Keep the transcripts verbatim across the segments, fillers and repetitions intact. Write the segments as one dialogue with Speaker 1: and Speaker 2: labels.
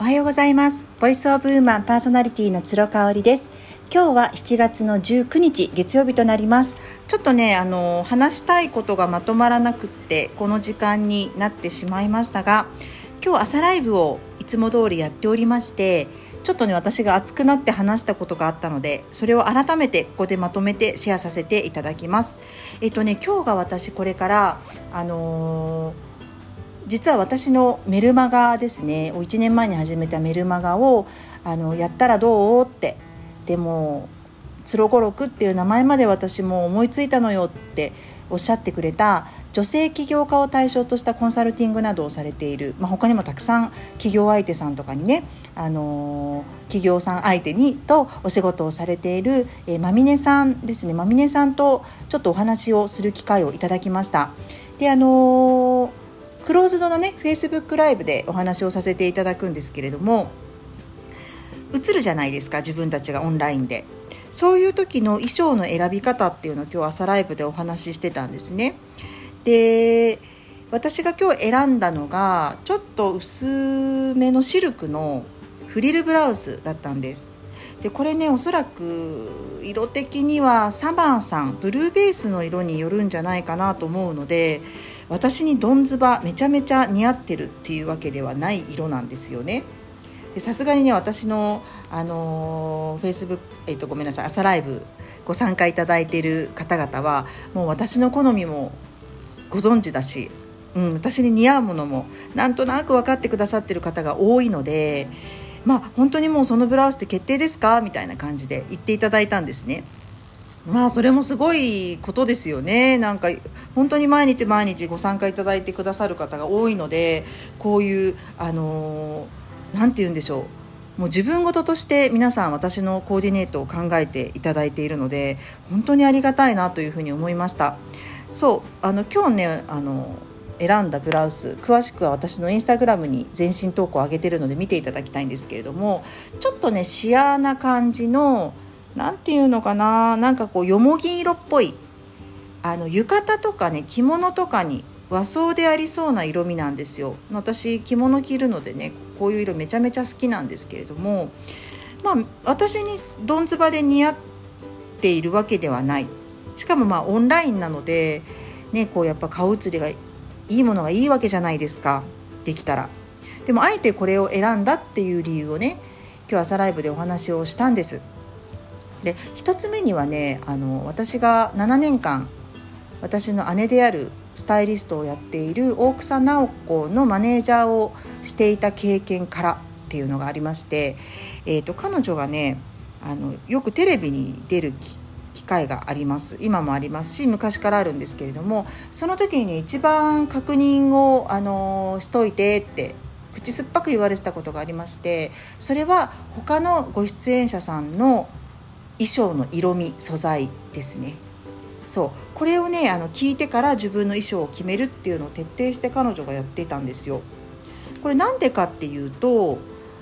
Speaker 1: はようございます。ボイスオブウーマンパーソナリティの鶴香織です。今日はしちがつのじゅうくにち月曜日となります。ちょっとねあの話したいことがまとまらなくってこの時間になってしまいましたが、今日朝ライブをいつも通りやっておりまして、ちょっとね私が熱くなって話したことがあったので、それを改めてここでまとめてシェアさせていただきます。えっとね今日が私これからあのー実は私のメルマガですね、いちねんまえに始めたメルマガをあのやったらどうって、でもつろごろくっていう名前まで私も思いついたのよっておっしゃってくれた女性起業家を対象としたコンサルティングなどをされている、まあ、他にもたくさん企業相手さんとかにね、あのー、企業さん相手にとお仕事をされている、えー、まみねさんですね。まみねさんとちょっとお話をする機会をいただきました。であのークローズドなね Facebook ライブでお話をさせていただくんですけれども、映るじゃないですか、自分たちがオンラインで。そういう時の衣装の選び方っていうのを今日朝ライブでお話ししてたんですね。で私が今日選んだのがちょっと薄めのシルクのフリルブラウスだったんです。でこれねおそらく色的にはサマーさんブルーベースの色によるんじゃないかなと思うので、私にドンズバめちゃめちゃ似合ってるっていうわけではない色なんですよね。でさすがにね私の、あのー、Facebook、えーと、ごめんなさい朝ライブご参加いただいている方々はもう私の好みもご存知だし、うん、私に似合うものもなんとなく分かってくださってる方が多いので、まあ本当にもうそのブラウスって決定ですかみたいな感じで言っていただいたんですね。まあそれもすごいことですよね。なんか本当に毎日毎日ご参加いただいてくださる方が多いので、こういうあのなんて言うんでしょう、もう自分事として皆さん私のコーディネートを考えていただいているので、本当にありがたいなというふうに思いました。そうあの今日ねあの選んだブラウス詳しくは私のインスタグラムに全身投稿を上げているので見ていただきたいんですけれども、ちょっとねシアーな感じのなんていうのかな、なんかこうよもぎ色っぽいあの浴衣とかね着物とかに和装でありそうな色味なんですよ。私着物着るのでねこういう色めちゃめちゃ好きなんですけれども、まあ私にどんずばで似合っているわけではない。しかもまあオンラインなのでね、こうやっぱ顔写りがいいものがいいわけじゃないですか、できたら。でもあえてこれを選んだっていう理由をね今日朝ライブでお話をしたんです。で一つ目にはねあの私がななねんかん私の姉であるスタイリストをやっている大草直子のマネージャーをしていた経験からっていうのがありまして、えーと、彼女がねあのよくテレビに出る機会があります。今もありますし昔からあるんですけれども、その時にね一番確認をあのしといてって口酸っぱく言われてたことがありまして、それは他のご出演者さんの衣装の色味素材ですね。そうこれをねあの聞いてから自分の衣装を決めるっていうのを徹底して彼女がやっていたんですよ。これなんでかっていうと、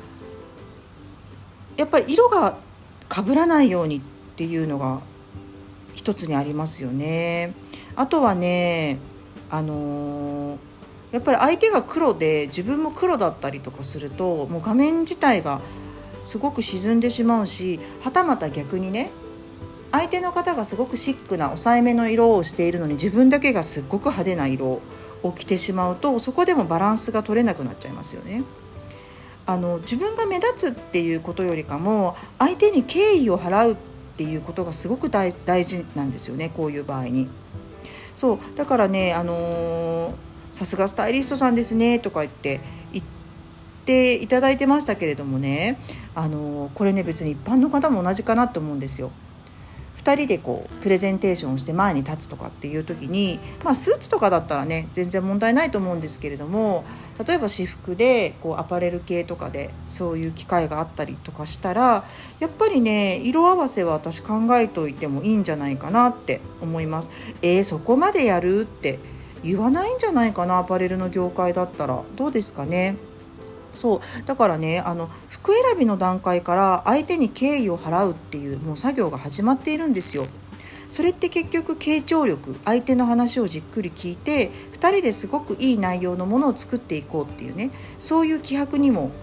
Speaker 1: やっぱり色が被らないようにっていうのが一つにありますよね。あとはねあのー、やっぱり相手が黒で自分も黒だったりとかするともう画面自体がすごく沈んでしまうし、はたまた逆にね相手の方がすごくシックな抑えめの色をしているのに自分だけがすっごく派手な色を着てしまうと、そこでもバランスが取れなくなっちゃいますよね。あの自分が目立つっていうことよりかも相手に敬意を払うっていうことがすごく 大, 大事なんですよね、こういう場合に。そうだからねあのー、さすがスタイリストさんですねとか言って言っていただいてましたけれどもね、あのー、これね別に一般の方も同じかなと思うんですよ。ふたりでこうプレゼンテーションをして前に立つとかっていう時に、まあ、スーツとかだったらね全然問題ないと思うんですけれども、例えば私服でこうアパレル系とかでそういう機会があったりとかしたら、やっぱりね色合わせは私考えといてもいいんじゃないかなって思います。えー、そこまでやるって言わないんじゃないかな、アパレルの業界だったら。どうですかね。そうだからねあの服選びの段階から相手に敬意を払うっていうもう作業が始まっているんですよ。それって結局傾聴力、相手の話をじっくり聞いてふたりですごくいい内容のものを作っていこうっていうね、そういう気迫にも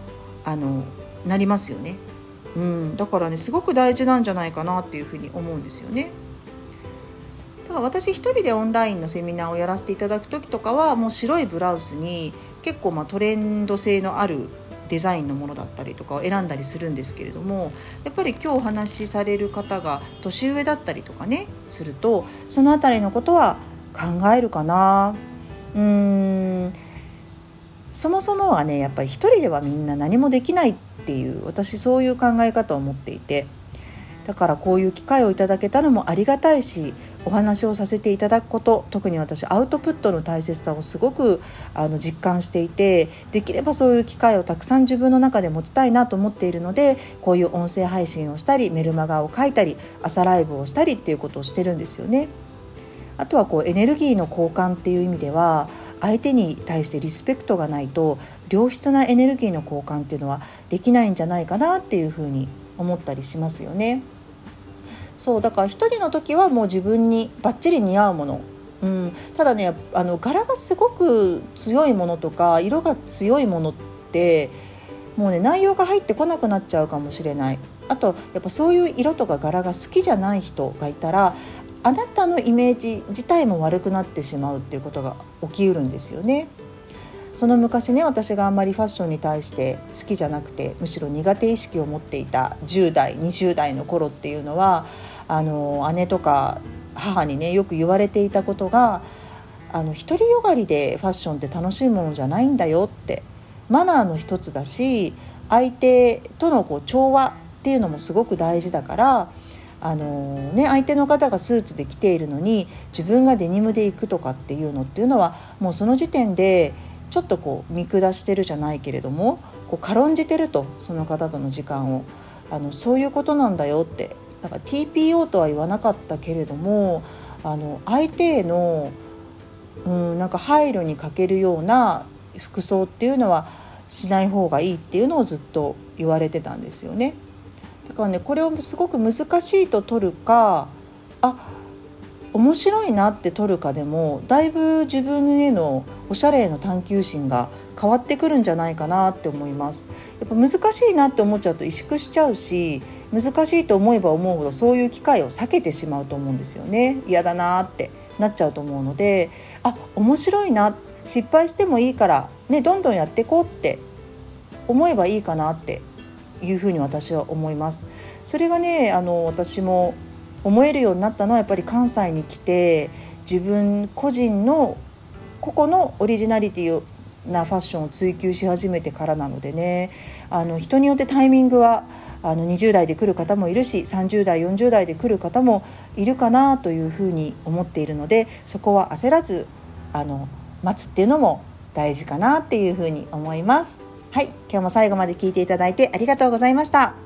Speaker 1: あのなりますよね。うん、だからねすごく大事なんじゃないかなっていうふうに思うんですよね。だから私一人でオンラインのセミナーをやらせていただく時とかはもう白いブラウスに結構まあトレンド性のあるデザインのものだったりとかを選んだりするんですけれども、やっぱり今日お話しされる方が年上だったりとかねすると、そのあたりのことは考えるかな。うーんそもそもはねやっぱり一人ではみんな何もできないっていう、私そういう考え方を持っていて、だからこういう機会をいただけたのもありがたいし、お話をさせていただくこと、特に私アウトプットの大切さをすごくあの実感していて、できればそういう機会をたくさん自分の中で持ちたいなと思っているので、こういう音声配信をしたりメルマガを書いたり朝ライブをしたりっていうことをしてるんですよね。あとはこうエネルギーの交換っていう意味では、相手に対してリスペクトがないと良質なエネルギーの交換っていうのはできないんじゃないかなっていうふうに思ったりしますよね。そうだから一人の時はもう自分にバッチリ似合うもの、うん、ただねあの柄がすごく強いものとか色が強いものってもうね内容が入ってこなくなっちゃうかもしれない。あとやっぱそういう色とか柄が好きじゃない人がいたら、あなたのイメージ自体も悪くなってしまうっていうことが起きうるんですよね。その昔ね、私があんまりファッションに対して好きじゃなくて、むしろ苦手意識を持っていたじゅう代にじゅう代の頃っていうのは、あの姉とか母にねよく言われていたことが、あの独りよがりでファッションって楽しいものじゃないんだよって、マナーの一つだし、相手とのこう調和っていうのもすごく大事だから、あのね、相手の方がスーツで着ているのに自分がデニムで行くとかっていうのっていうのは、もうその時点でちょっとこう見下してるじゃないけれども、こう軽んじてると、その方との時間を、あのそういうことなんだよって。だから ティーピーオー とは言わなかったけれども、あの相手への、うん、なんか配慮に欠けるような服装っていうのはしない方がいいっていうのをずっと言われてたんですよね。だからねこれをすごく難しいと取るか、あ面白いなって取るかでも、だいぶ自分へのおしゃれへの探求心が変わってくるんじゃないかなって思います。やっぱ難しいなって思っちゃうと萎縮しちゃうし、難しいと思えば思うほどそういう機会を避けてしまうと思うんですよね。嫌だなってなっちゃうと思うので、あ面白いな、失敗してもいいからね、どんどんやっていこうって思えばいいかなっていうふうに私は思います。それがねあの私も思えるようになったのは、やっぱり関西に来て自分個人の個々のオリジナリティなファッションを追求し始めてからなのでね、あの人によってタイミングはあのにじゅう代で来る方もいるし、さんじゅう代よんじゅう代で来る方もいるかなというふうに思っているので、そこは焦らずあの待つっていうのも大事かなっていうふうに思います。はい、今日も最後まで聞いていただいてありがとうございました。